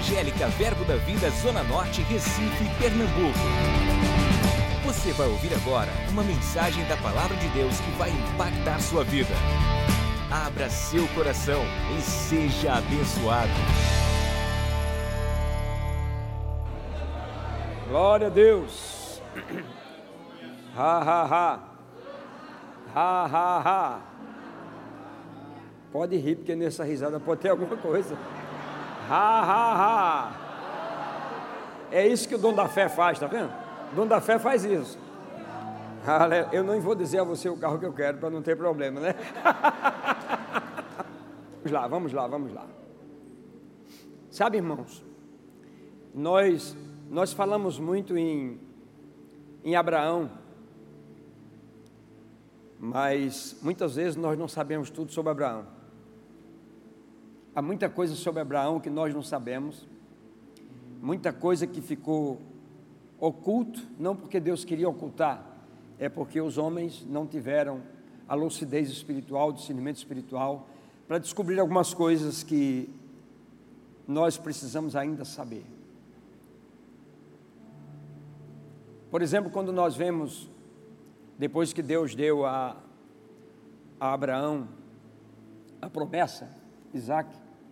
Evangélica Verbo da Vida Zona Norte, Recife, Pernambuco. Você vai ouvir agora uma mensagem da Palavra de Deus que vai impactar sua vida. Abra seu coração e seja abençoado. Glória a Deus. Ha, ha, ha. Ha, ha, ha. Pode rir, porque nessa risada pode ter alguma coisa. Ha, ha, ha. É isso que o dono da fé faz, tá vendo? O dono da fé faz isso. Eu não vou dizer a você o carro que eu quero, para não ter problema, né? Vamos lá. Sabe, irmãos, nós falamos muito em Abraão, mas muitas vezes nós não sabemos tudo sobre Abraão. Há muita coisa sobre Abraão que nós não sabemos, muita coisa que ficou oculto, não porque Deus queria ocultar, é porque os homens não tiveram a lucidez espiritual, o discernimento espiritual, para descobrir algumas coisas que nós precisamos ainda saber. Por exemplo, quando nós vemos, depois que Deus deu a Abraão a promessa, Isaac,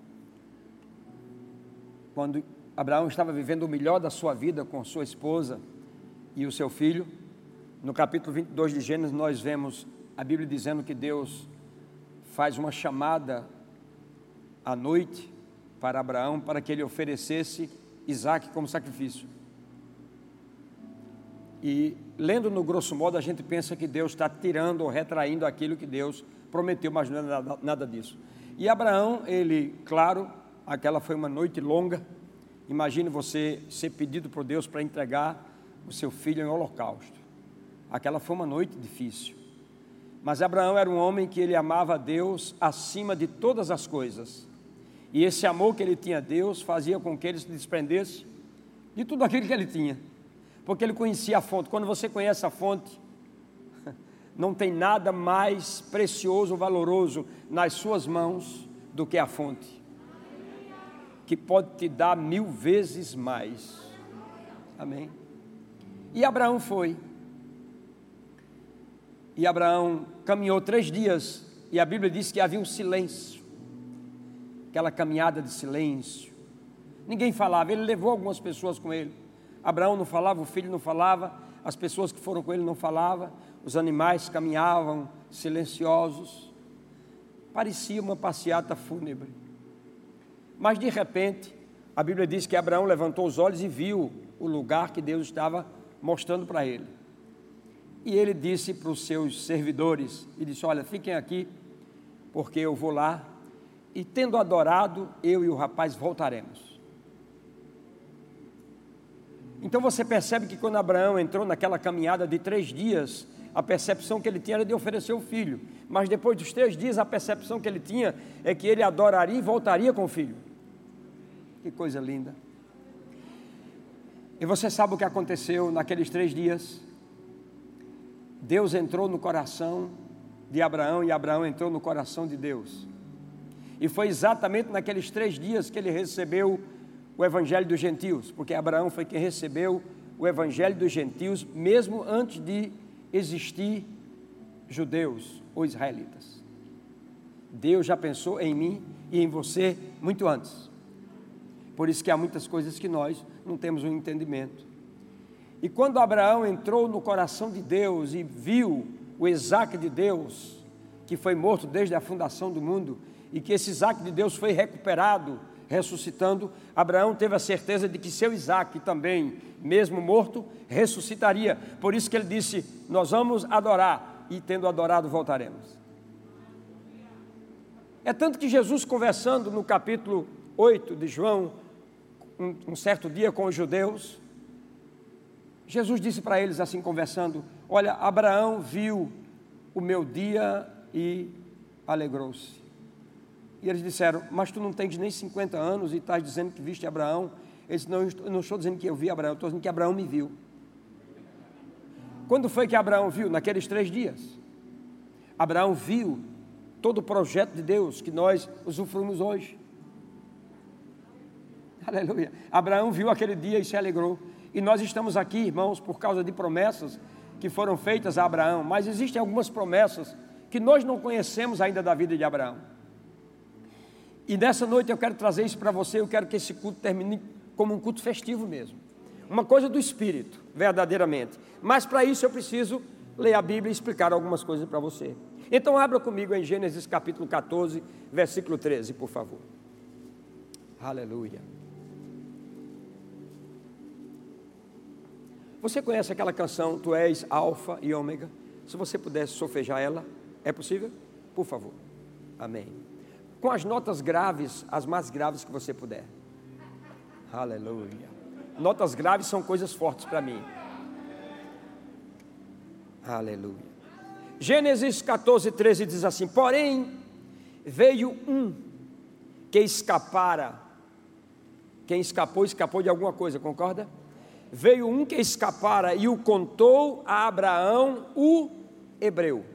quando Abraão estava vivendo o melhor da sua vida com sua esposa e o seu filho, no capítulo 22 de Gênesis nós vemos a Bíblia dizendo que Deus faz uma chamada à noite para Abraão, para que ele oferecesse Isaac como sacrifício. E lendo no grosso modo a gente pensa que Deus está tirando ou retraindo aquilo que Deus prometeu, mas não é nada disso. E Abraão, claro, aquela foi uma noite longa. Imagine você ser pedido por Deus para entregar o seu filho em holocausto. Aquela foi uma noite difícil. Mas Abraão era um homem que ele amava a Deus acima de todas as coisas. E esse amor que ele tinha a Deus fazia com que ele se desprendesse de tudo aquilo que ele tinha. Porque ele conhecia a fonte. Quando você conhece a fonte, não tem nada mais precioso, valoroso nas suas mãos do que a fonte, que pode te dar 1000 vezes mais. Amém? E Abraão foi. E Abraão caminhou 3 dias, e a Bíblia diz que havia um silêncio, aquela caminhada de silêncio. Ninguém falava, ele levou algumas pessoas com ele. Abraão não falava, o filho não falava, as pessoas que foram com ele não falavam, os animais caminhavam silenciosos, parecia uma passeata fúnebre. Mas de repente, a Bíblia diz que Abraão levantou os olhos e viu o lugar que Deus estava mostrando para ele. E ele disse para os seus servidores, e disse: olha, fiquem aqui, porque eu vou lá, e tendo adorado, eu e o rapaz voltaremos. Então você percebe que quando Abraão entrou naquela caminhada de 3 dias, a percepção que ele tinha era de oferecer o filho. Mas depois dos 3 dias, a percepção que ele tinha é que ele adoraria e voltaria com o filho. Que coisa linda. E você sabe o que aconteceu naqueles 3 dias? Deus entrou no coração de Abraão e Abraão entrou no coração de Deus. E foi exatamente naqueles 3 dias que ele recebeu o Evangelho dos Gentios, porque Abraão foi quem recebeu o Evangelho dos Gentios, mesmo antes de existir judeus ou israelitas. Deus já pensou em mim e em você muito antes. Por isso que há muitas coisas que nós não temos um entendimento. E quando Abraão entrou no coração de Deus e viu o Isaac de Deus, que foi morto desde a fundação do mundo, e que esse Isaac de Deus foi recuperado, ressuscitando, Abraão teve a certeza de que seu Isaac também, mesmo morto, ressuscitaria. Por isso que ele disse: nós vamos adorar, e tendo adorado voltaremos. É tanto que Jesus, conversando no capítulo 8 de João, um certo dia com os judeus, Jesus disse para eles assim, conversando: olha, Abraão viu o meu dia e alegrou-se. E eles disseram: mas tu não tens nem 50 anos e estás dizendo que viste Abraão? Ele disse: não, eu não estou dizendo que eu vi Abraão, eu estou dizendo que Abraão me viu. Quando foi que Abraão viu? Naqueles 3 dias. Abraão viu todo o projeto de Deus que nós usufruímos hoje. Aleluia. Abraão viu aquele dia e se alegrou. E nós estamos aqui, irmãos, por causa de promessas que foram feitas a Abraão. Mas existem algumas promessas que nós não conhecemos ainda da vida de Abraão. E nessa noite eu quero trazer isso para você. Eu quero que esse culto termine como um culto festivo mesmo. Uma coisa do Espírito, verdadeiramente. Mas para isso eu preciso ler a Bíblia e explicar algumas coisas para você. Então abra comigo em Gênesis capítulo 14, versículo 13, por favor. Aleluia. Você conhece aquela canção, Tu és Alfa e Ômega? Se você pudesse solfejar ela, é possível? Por favor. Amém. Com as notas graves, as mais graves que você puder. Aleluia. Notas graves são coisas fortes para mim. Aleluia. Gênesis 14, 13 diz assim: porém, veio um que escapara. Quem escapou, escapou de alguma coisa, concorda? Veio um que escapara e o contou a Abraão, o hebreu.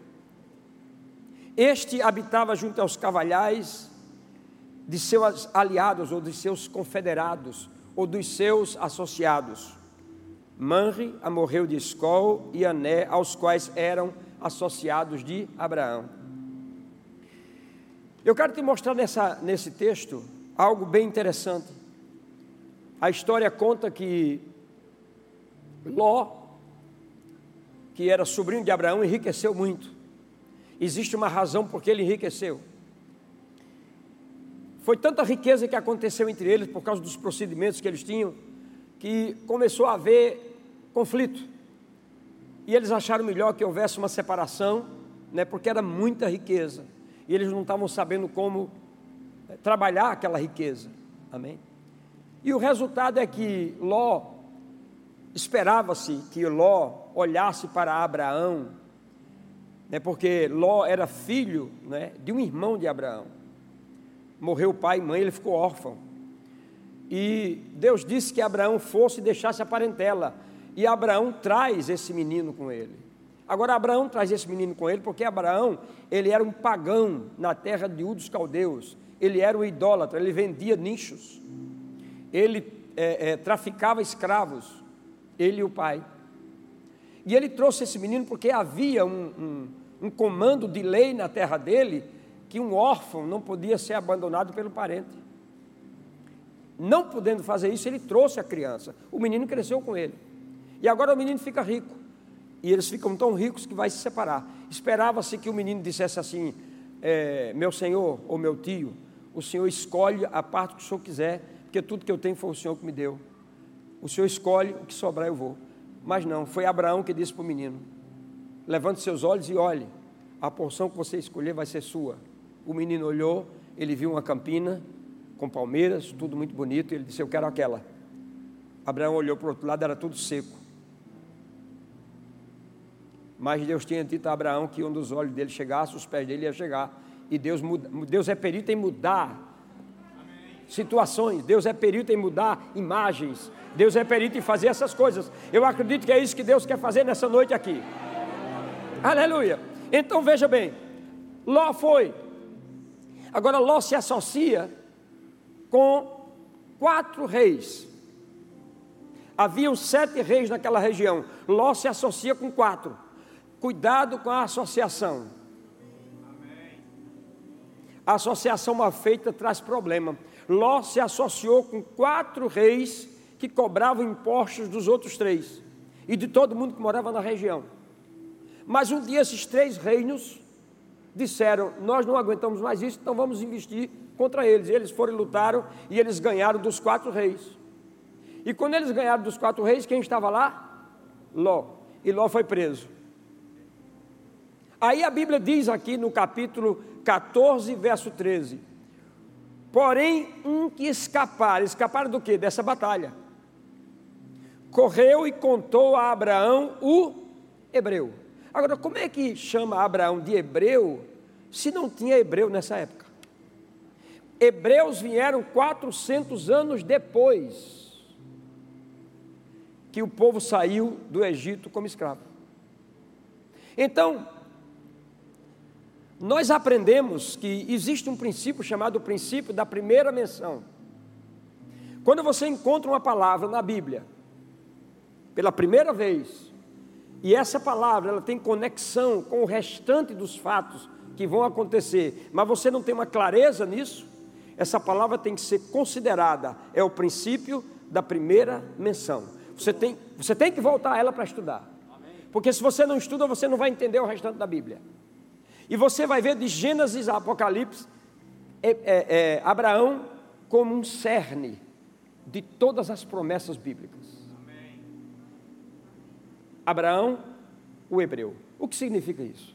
Este habitava junto aos cavalhais de seus aliados, ou de seus confederados, ou dos seus associados. Manre, amorreu de Escol e Ané, aos quais eram associados de Abraão. Eu quero te mostrar nesse texto algo bem interessante. A história conta que Ló, que era sobrinho de Abraão, enriqueceu muito. Existe uma razão por que ele enriqueceu. Foi tanta riqueza que aconteceu entre eles, por causa dos procedimentos que eles tinham, que começou a haver conflito. E eles acharam melhor que houvesse uma separação, né, porque era muita riqueza. E eles não estavam sabendo como trabalhar aquela riqueza. Amém? E o resultado é que Ló, esperava-se que Ló olhasse para Abraão, né, porque Ló era filho, né, de um irmão de Abraão. Morreu o pai e mãe, ele ficou órfão. E Deus disse que Abraão fosse e deixasse a parentela. E Abraão traz esse menino com ele. Agora Abraão traz esse menino com ele porque Abraão, ele era um pagão na terra de Ur dos Caldeus. Ele era um idólatra, ele vendia nichos. Ele traficava escravos, ele e o pai. E ele trouxe esse menino porque havia um comando de lei na terra dele, que um órfão não podia ser abandonado pelo parente. Não podendo fazer isso, ele trouxe a criança. O menino cresceu com ele. E agora o menino fica rico. E eles ficam tão ricos que vai se separar. Esperava-se que o menino dissesse assim: meu senhor ou meu tio, o senhor escolhe a parte que o senhor quiser, porque tudo que eu tenho foi o senhor que me deu. O senhor escolhe, o que sobrar eu vou. Mas não, foi Abraão que disse para o menino: levante seus olhos e olhe, a porção que você escolher vai ser sua. O menino olhou, ele viu uma campina com palmeiras, tudo muito bonito, e ele disse: eu quero aquela. Abraão olhou para o outro lado, era tudo seco. Mas Deus tinha dito a Abraão que onde os olhos dele chegassem, os pés dele iam chegar. E Deus é perito em mudar situações, Deus é perito em mudar imagens, Deus é perito em fazer essas coisas. Eu acredito que é isso que Deus quer fazer nessa noite aqui. Aleluia. Então veja bem, Ló foi. Agora Ló se associa com 4 reis. Haviam 7 reis naquela região. Ló se associa com 4. Cuidado com a associação. A associação mal feita traz problema. Ló se associou com 4 reis que cobravam impostos dos outros 3 e de todo mundo que morava na região. Mas um dia esses 3 reinos disseram: nós não aguentamos mais isso, então vamos investir contra eles. Eles foram e lutaram e eles ganharam dos 4 reis. E quando eles ganharam dos 4 reis, quem estava lá? Ló. E Ló foi preso. Aí a Bíblia diz aqui no capítulo 14, verso 13: porém um que escaparam do quê? Dessa batalha, correu e contou a Abraão, o hebreu. Agora, como é que chama Abraão de hebreu, se não tinha hebreu nessa época? Hebreus vieram 400 anos depois que o povo saiu do Egito como escravo. Então, nós aprendemos que existe um princípio chamado o princípio da primeira menção. Quando você encontra uma palavra na Bíblia, pela primeira vez, e essa palavra ela tem conexão com o restante dos fatos que vão acontecer, mas você não tem uma clareza nisso, essa palavra tem que ser considerada, é o princípio da primeira menção. Você tem que voltar a ela para estudar, porque se você não estuda, você não vai entender o restante da Bíblia. E você vai ver de Gênesis a Apocalipse, Abraão como um cerne de todas as promessas bíblicas. Abraão, o hebreu. O que significa isso?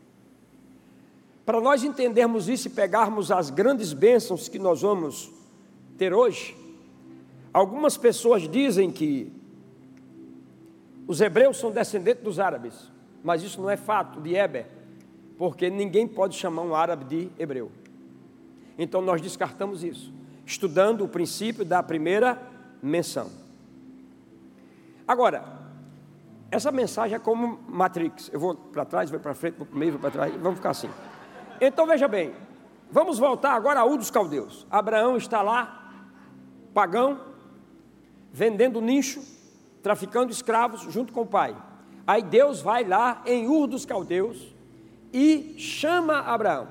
Para nós entendermos isso e pegarmos as grandes bênçãos que nós vamos ter hoje, algumas pessoas dizem que os hebreus são descendentes dos árabes, mas isso não é fato de Éber, porque ninguém pode chamar um árabe de hebreu. Então nós descartamos isso, estudando o princípio da primeira menção. Agora, essa mensagem é como Matrix, eu vou para trás, vou para frente, vou para o meio, vou para trás, vamos ficar assim. Então veja bem, vamos voltar agora a Ur dos Caldeus. Abraão está lá, pagão, vendendo nicho, traficando escravos junto com o pai. Aí Deus vai lá em Ur dos Caldeus e chama Abraão.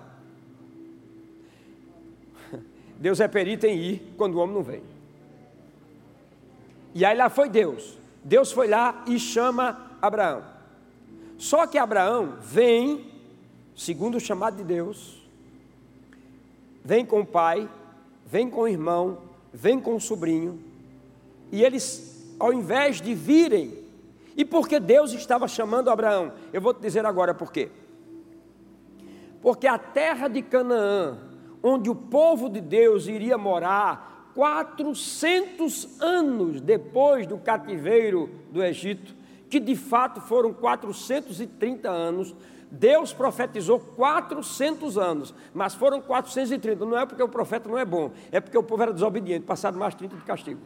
Deus é perito em ir quando o homem não vem. E aí lá foi Deus. Deus foi lá e chama Abraão. Só que Abraão vem, segundo o chamado de Deus, vem com o pai, vem com o irmão, vem com o sobrinho, e eles, ao invés de virem, e porque Deus estava chamando Abraão, eu vou te dizer agora por quê. Porque a terra de Canaã, onde o povo de Deus iria morar 400 anos depois do cativeiro do Egito, que de fato foram 430 anos, Deus profetizou 400 anos, mas foram 430, não é porque o profeta não é bom, é porque o povo era desobediente, passado mais 30 de castigo.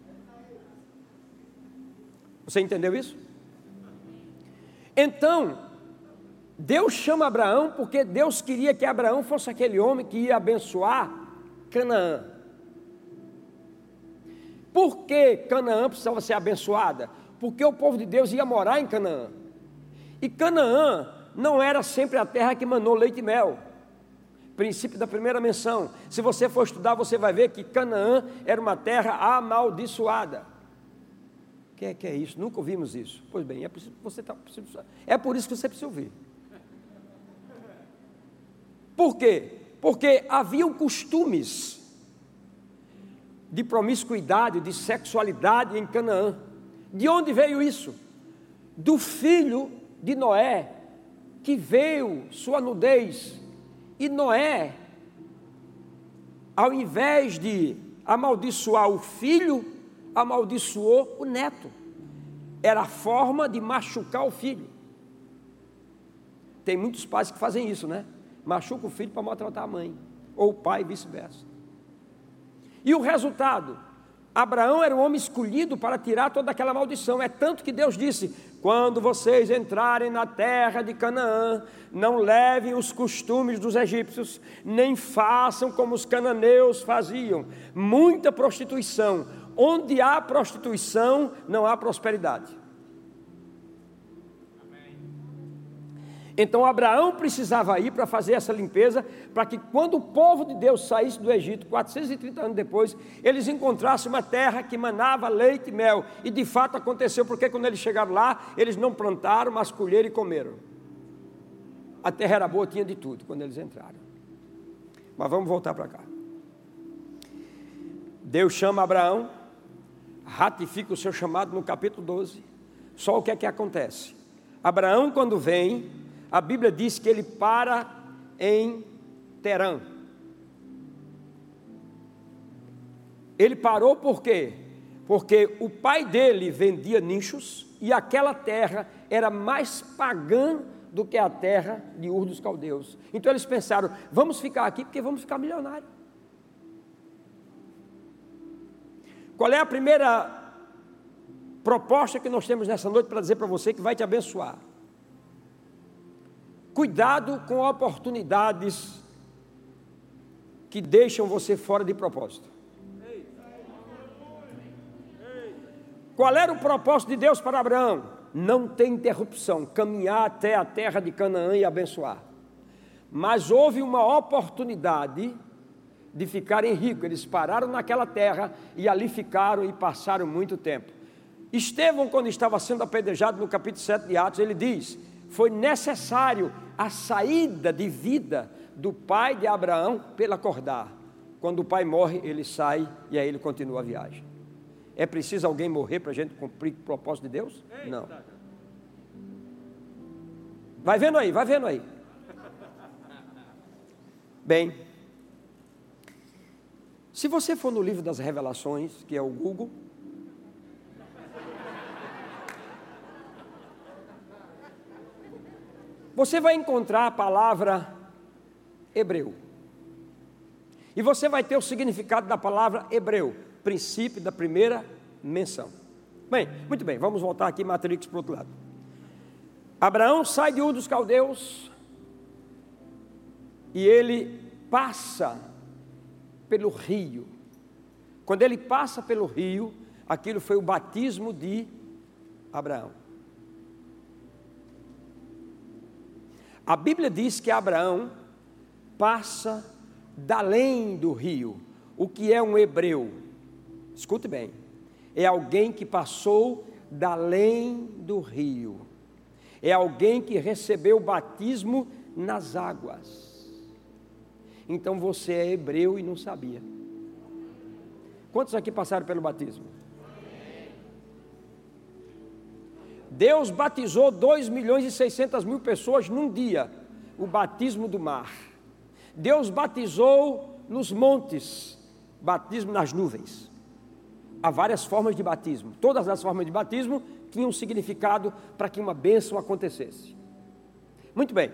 Você entendeu isso? Então, Deus chama Abraão porque Deus queria que Abraão fosse aquele homem que ia abençoar Canaã. Por que Canaã precisava ser abençoada? Porque o povo de Deus ia morar em Canaã. E Canaã não era sempre a terra que manou leite e mel. Princípio da primeira menção. Se você for estudar, você vai ver que Canaã era uma terra amaldiçoada. O que é isso? Nunca ouvimos isso. Pois bem, é por isso que você precisa ouvir. Por quê? Porque haviam costumes de promiscuidade, de sexualidade em Canaã. De onde veio isso? Do filho de Noé, que veio sua nudez. E Noé, ao invés de amaldiçoar o filho, amaldiçoou o neto. Era a forma de machucar o filho. Tem muitos pais que fazem isso, né? Machuca o filho para maltratar a mãe, ou o pai, vice-versa. E o resultado? Abraão era um homem escolhido para tirar toda aquela maldição. É tanto que Deus disse: quando vocês entrarem na terra de Canaã, não levem os costumes dos egípcios, nem façam como os cananeus faziam. Muita prostituição. Onde há prostituição, não há prosperidade. Então Abraão precisava ir para fazer essa limpeza, para que quando o povo de Deus saísse do Egito, 430 anos depois, eles encontrassem uma terra que manava leite e mel. E de fato aconteceu, porque quando eles chegaram lá, eles não plantaram, mas colheram e comeram. A terra era boa, tinha de tudo quando eles entraram. Mas vamos voltar para cá. Deus chama Abraão, ratifica o seu chamado no capítulo 12. Só o que é que acontece? Abraão, quando vem, a Bíblia diz que ele para em Terã. Ele parou por quê? Porque o pai dele vendia nichos e aquela terra era mais pagã do que a terra de Ur dos Caldeus. Então eles pensaram: vamos ficar aqui porque vamos ficar milionários. Qual é a primeira proposta que nós temos nessa noite para dizer para você que vai te abençoar? Cuidado com oportunidades que deixam você fora de propósito. Qual era o propósito de Deus para Abraão? Não ter interrupção, caminhar até a terra de Canaã e abençoar. Mas houve uma oportunidade de ficarem ricos. Eles pararam naquela terra e ali ficaram e passaram muito tempo. Estevão, quando estava sendo apedrejado no capítulo 7 de Atos, ele diz: foi necessário a saída de vida do pai de Abraão pelo acordar. Quando o pai morre, ele sai e aí ele continua a viagem. É preciso alguém morrer para a gente cumprir o propósito de Deus? Não. Vai vendo aí, vai vendo aí. Bem, se você for no livro das Revelações, que é o Google, você vai encontrar a palavra hebreu. E você vai ter o significado da palavra hebreu, princípio da primeira menção. Bem, muito bem, vamos voltar aqui, Matrix, para o outro lado. Abraão sai de Ur dos Caldeus e ele passa pelo rio. Quando ele passa pelo rio, aquilo foi o batismo de Abraão. A Bíblia diz que Abraão passa da além do rio. O que é um hebreu? Escute bem, é alguém que passou da além do rio. É alguém que recebeu o batismo nas águas. Então você é hebreu e não sabia. Quantos aqui passaram pelo batismo? Deus batizou 2.600.000 pessoas num dia, o batismo do mar. Deus batizou nos montes, batismo nas nuvens. Há várias formas de batismo. Todas as formas de batismo tinham um significado para que uma bênção acontecesse. Muito bem.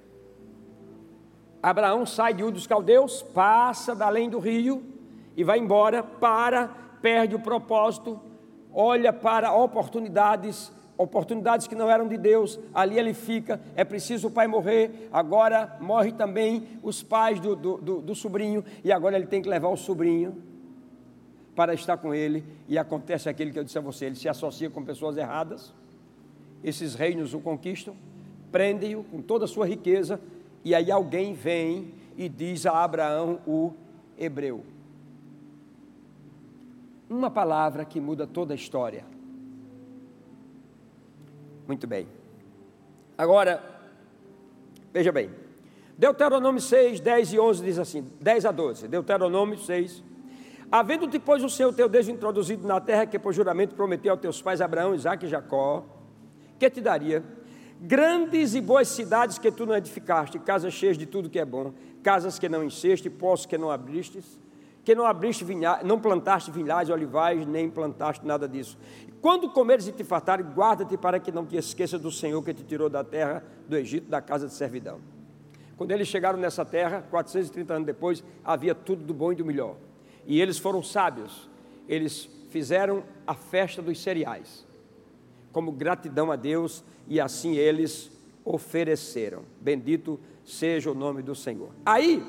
Abraão sai de Ur dos Caldeus, passa da além do rio e vai embora, perde o propósito, olha para oportunidades que não eram de Deus, ali ele fica, é preciso o pai morrer, agora morre também os pais do sobrinho, e agora ele tem que levar o sobrinho para estar com ele, e acontece aquilo que eu disse a você, ele se associa com pessoas erradas, esses reinos o conquistam, prendem-o com toda a sua riqueza, e aí alguém vem e diz a Abraão o hebreu. Uma palavra que muda toda a história. Muito bem. Agora, veja bem. Deuteronômio 6, 10 e 11 diz assim, 10 a 12. Deuteronômio 6. Havendo-te, pois, o Senhor teu Deus introduzido na terra que por juramento prometeu aos teus pais Abraão, Isaque e Jacó, que te daria grandes e boas cidades que tu não edificaste, casas cheias de tudo que é bom, casas que não encheste, poços que não abristes, não plantaste vinhais, olivais, nem plantaste nada disso. Quando comeres e te fartares, guarda-te para que não te esqueças do Senhor que te tirou da terra do Egito, da casa de servidão. Quando eles chegaram nessa terra, 430 anos depois, havia tudo do bom e do melhor. E eles foram sábios, eles fizeram a festa dos cereais, como gratidão a Deus, e assim eles ofereceram. Bendito seja o nome do Senhor. Aí,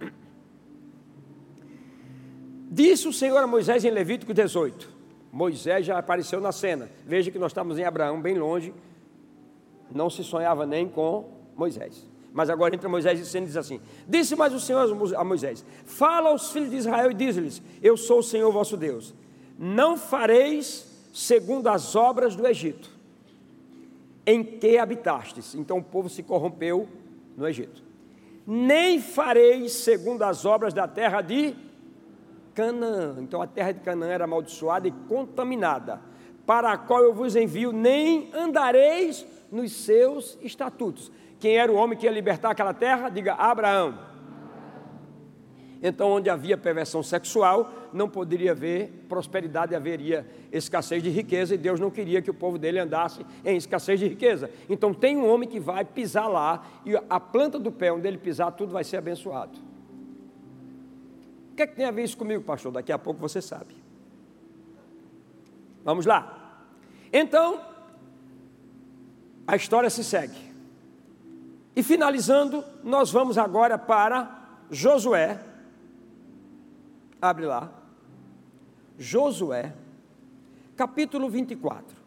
disse o Senhor a Moisés em Levítico 18, Moisés já apareceu na cena, veja que nós estamos em Abraão, bem longe, não se sonhava nem com Moisés, mas agora entra Moisés e cena diz assim, disse mais o Senhor a Moisés, fala aos filhos de Israel e diz-lhes, eu sou o Senhor vosso Deus, não fareis segundo as obras do Egito, em que habitastes. Então o povo se corrompeu no Egito. Nem fareis segundo as obras da terra de Canaã. Então a terra de Canaã era amaldiçoada e contaminada, para a qual eu vos envio, nem andareis nos seus estatutos. Quem era o homem que ia libertar aquela terra? Diga, Abraão. Então, onde havia perversão sexual, não poderia haver prosperidade, haveria escassez de riqueza, e Deus não queria que o povo dele andasse em escassez de riqueza. Então, tem um homem que vai pisar lá, e a planta do pé onde ele pisar, tudo vai ser abençoado. O que é que tem a ver isso comigo, pastor? Daqui a pouco você sabe. Vamos lá. Então, a história se segue. E finalizando, nós vamos agora para Josué. Abre lá. Josué, capítulo 24.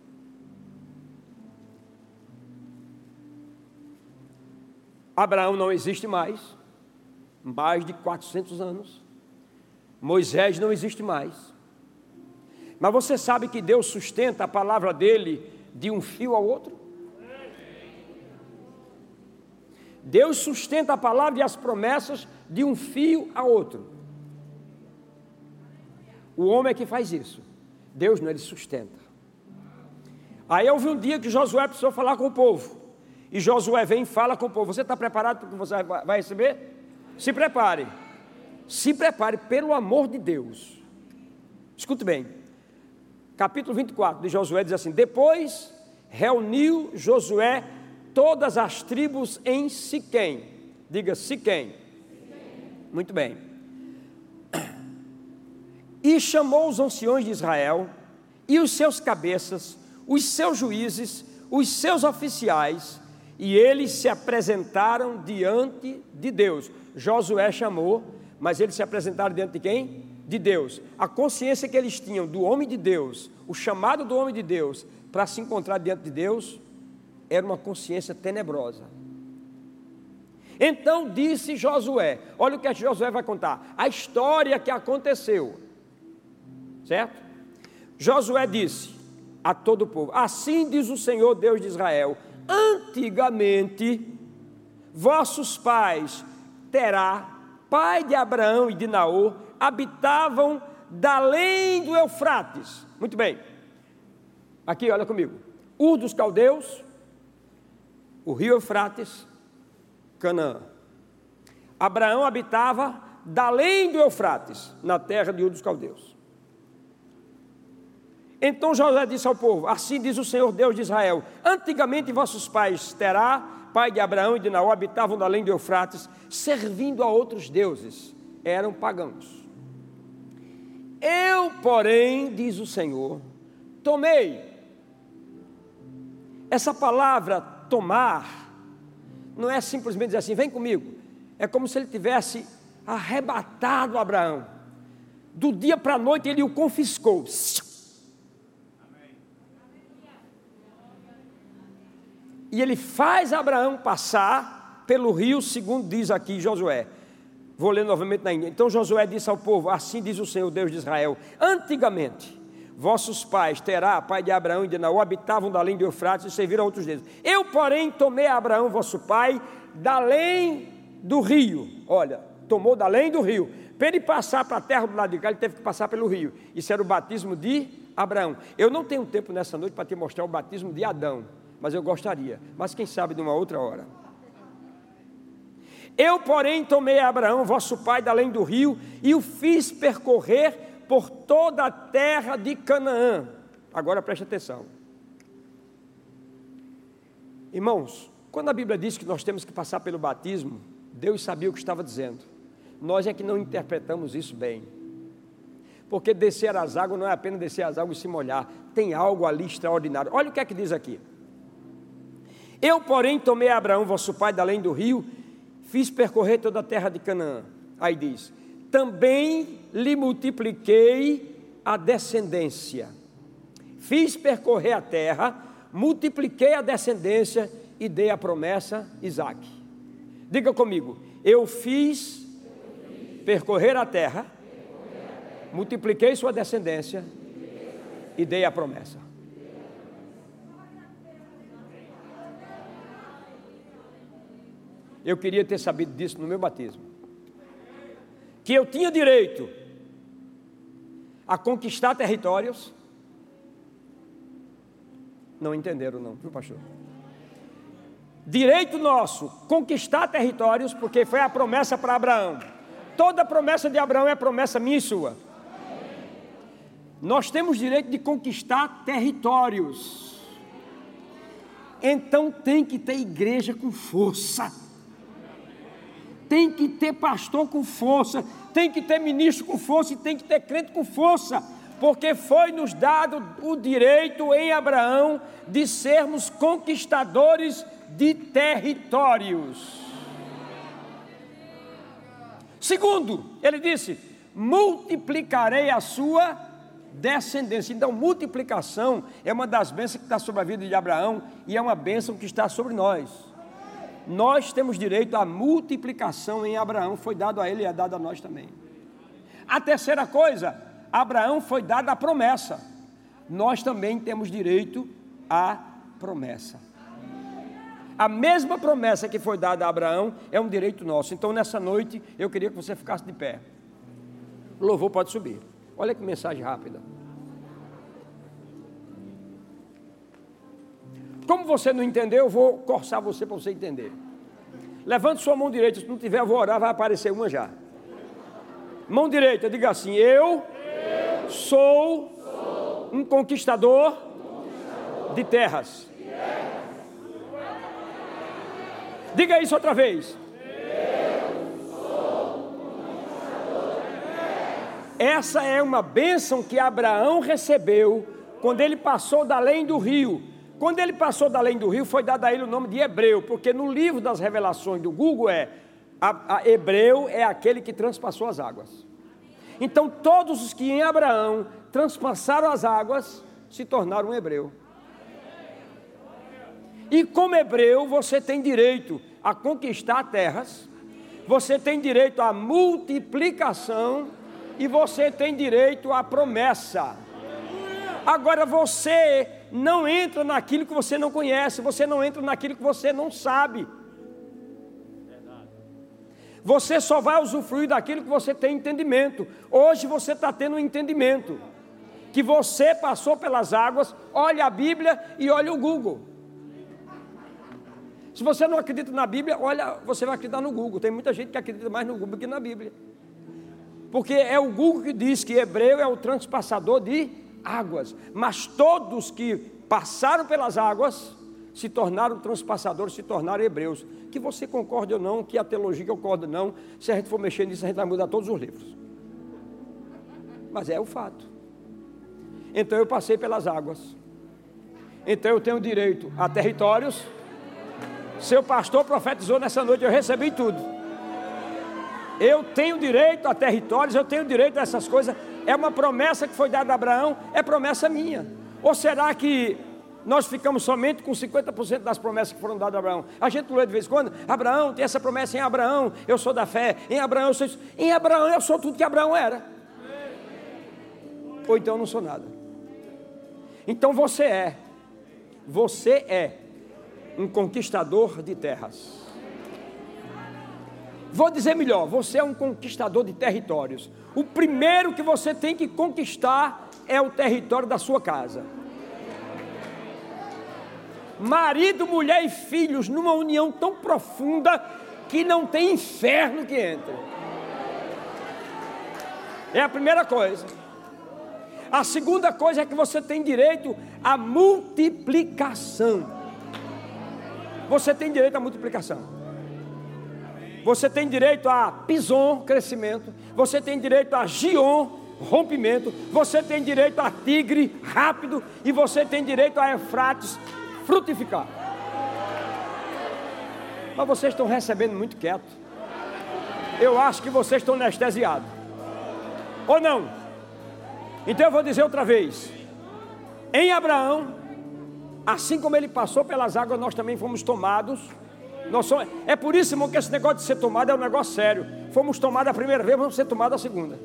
Abraão não existe mais de 400 anos. Moisés não existe mais. Mas você sabe que Deus sustenta a palavra dele de um fio ao outro? Deus sustenta a palavra e as promessas de um fio a outro. O homem é que faz isso. Deus não, ele sustenta. Aí houve um dia que Josué precisou falar com o povo. E Josué vem e fala com o povo. Você está preparado para o que você vai receber? Se prepare. Se prepare, pelo amor de Deus. Escute bem. Capítulo 24 de Josué diz assim: depois reuniu Josué todas as tribos em Siquém. Diga Siquém. Muito bem. E chamou os anciões de Israel e os seus cabeças, os seus juízes, os seus oficiais, e eles se apresentaram diante de Deus. Josué chamou, mas eles se apresentaram diante de quem? De Deus. A consciência que eles tinham do homem de Deus, o chamado do homem de Deus para se encontrar diante de Deus, era uma consciência tenebrosa. Então disse Josué, olha o que Josué vai contar, a história que aconteceu, certo? Josué disse a todo o povo: assim diz o Senhor Deus de Israel, antigamente vossos pais, Terá, pai de Abraão e de Naor, habitavam da além do Eufrates. Muito bem, aqui olha comigo, Ur dos Caldeus, o rio Eufrates, Canaã. Abraão habitava da além do Eufrates, na terra de Ur dos Caldeus. Então Josué disse ao povo: assim diz o Senhor Deus de Israel, antigamente vossos pais, Terá, pai de Abraão e de Naor, habitavam da além do Eufrates, servindo a outros deuses, eram pagãos. Eu, porém, diz o Senhor, tomei. Essa palavra tomar não é simplesmente dizer assim, vem comigo. É como se ele tivesse arrebatado Abraão. Do dia para a noite ele o confiscou. E ele faz Abraão passar pelo rio, segundo diz aqui Josué. Vou ler novamente na índia. Então Josué disse ao povo: assim diz o Senhor Deus de Israel, antigamente vossos pais, Terá, pai de Abraão e de Naor, habitavam da além do Eufrates e serviram a outros deuses. Eu, porém, tomei a Abraão, vosso pai, da além do rio. Olha, tomou da além do rio. Para ele passar para a terra do lado de cá, ele teve que passar pelo rio. Isso era o batismo de Abraão. Eu não tenho tempo nessa noite para te mostrar o batismo de Adão, mas eu gostaria. Mas quem sabe de uma outra hora. Eu, porém, tomei a Abraão, vosso pai, da além do rio, e o fiz percorrer por toda a terra de Canaã. Agora preste atenção. Irmãos, quando a Bíblia diz que nós temos que passar pelo batismo, Deus sabia o que estava dizendo. Nós é que não interpretamos isso bem. Porque descer as águas não é apenas descer as águas e se molhar. Tem algo ali extraordinário. Olha o que é que diz aqui. Eu, porém, tomei a Abraão, vosso pai, da além do rio, fiz percorrer toda a terra de Canaã. Aí diz, também lhe multipliquei a descendência. Fiz percorrer a terra, multipliquei a descendência e dei a promessa Isaque. Diga comigo, eu fiz percorrer a terra, multipliquei sua descendência e dei a promessa. Eu queria ter sabido disso no meu batismo. Que eu tinha direito a conquistar territórios. Não entenderam não, viu, pastor? Direito nosso, conquistar territórios, porque foi a promessa para Abraão. Toda promessa de Abraão é promessa minha e sua. Nós temos direito de conquistar territórios. Então tem que ter igreja com força. Tem que ter pastor com força, tem que ter ministro com força e tem que ter crente com força, porque foi nos dado o direito em Abraão de sermos conquistadores de territórios. Segundo, ele disse, multiplicarei a sua descendência. Então, multiplicação é uma das bênçãos que está sobre a vida de Abraão e é uma bênção que está sobre nós. Nós temos direito à multiplicação em Abraão, foi dado a ele e é dado a nós também. A terceira coisa, Abraão foi dada a promessa. Nós também temos direito à promessa. A mesma promessa que foi dada a Abraão é um direito nosso. Então, nessa noite, eu queria que você ficasse de pé. O louvor pode subir. Olha que mensagem rápida. Como você não entendeu, eu vou corçar você para você entender. Levante sua mão direita. Se não tiver, eu vou orar, vai aparecer uma já. Mão direita, diga assim: eu sou um conquistador de terras. Diga isso outra vez. Essa é uma bênção que Abraão recebeu quando ele passou da além do rio. Quando ele passou da além do rio, foi dado a ele o nome de Hebreu, porque no livro das revelações do Google Hebreu é aquele que transpassou as águas. Então todos os que em Abraão transpassaram as águas se tornaram hebreu. E como hebreu, você tem direito a conquistar terras, você tem direito à multiplicação e você tem direito à promessa. Agora você não entra naquilo que você não conhece, você não entra naquilo que você não sabe. Você só vai usufruir daquilo que você tem entendimento. Hoje você está tendo um entendimento que você passou pelas águas. Olha a Bíblia e olha o Google. Se você não acredita na Bíblia, olha, você vai acreditar no Google. Tem muita gente que acredita mais no Google que na Bíblia. Porque é o Google que diz que hebreu é o transpassador de águas. Mas todos que passaram pelas águas se tornaram transpassadores, se tornaram hebreus. Que você concorde ou não, que a teologia concorda ou não, se a gente for mexer nisso, a gente vai mudar todos os livros. Mas é o fato. Então eu passei pelas águas. Então eu tenho direito a territórios. Seu pastor profetizou nessa noite, eu recebi tudo. Eu tenho direito a territórios, eu tenho direito a essas coisas. É uma promessa que foi dada a Abraão, é promessa minha. Ou será que nós ficamos somente com 50% das promessas que foram dadas a Abraão? A gente lê de vez em quando: Abraão tem essa promessa, em Abraão eu sou da fé, em Abraão eu sou isso. Em Abraão eu sou tudo que Abraão era. Ou então eu não sou nada. Então você é um conquistador de terras. Vou dizer melhor, você é um conquistador de territórios. O primeiro que você tem que conquistar é o território da sua casa. Marido, mulher e filhos numa união tão profunda que não tem inferno que entre. É a primeira coisa. A segunda coisa é que você tem direito à multiplicação. Você tem direito à multiplicação. Você tem direito a Pison, crescimento. Você tem direito a Gion, rompimento. Você tem direito a Tigre, rápido. E você tem direito a Eufrates, frutificar. Mas vocês estão recebendo muito quieto. Eu acho que vocês estão anestesiados. Ou não? Então eu vou dizer outra vez. Em Abraão, assim como ele passou pelas águas, nós também fomos tomados. É por isso, irmão, que esse negócio de ser tomado é um negócio sério. Fomos tomados a primeira vez, vamos ser tomados a segunda.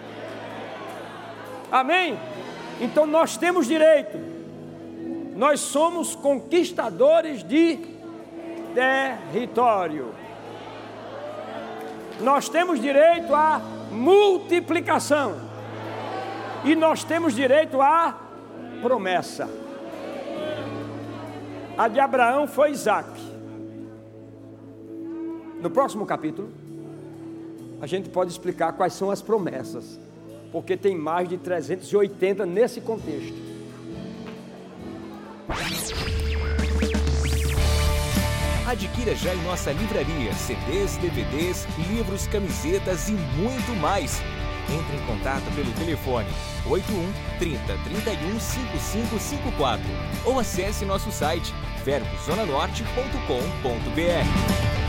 Amém? Então nós temos direito. Nós somos conquistadores de território. Nós temos direito à multiplicação. E nós temos direito à promessa. A de Abraão foi Isaac. No próximo capítulo, a gente pode explicar quais são as promessas, porque tem mais de 380 nesse contexto. Adquira já em nossa livraria CDs, DVDs, livros, camisetas e muito mais. Entre em contato pelo telefone 81 30 31 5554 ou acesse nosso site verbozonanorte.com.br.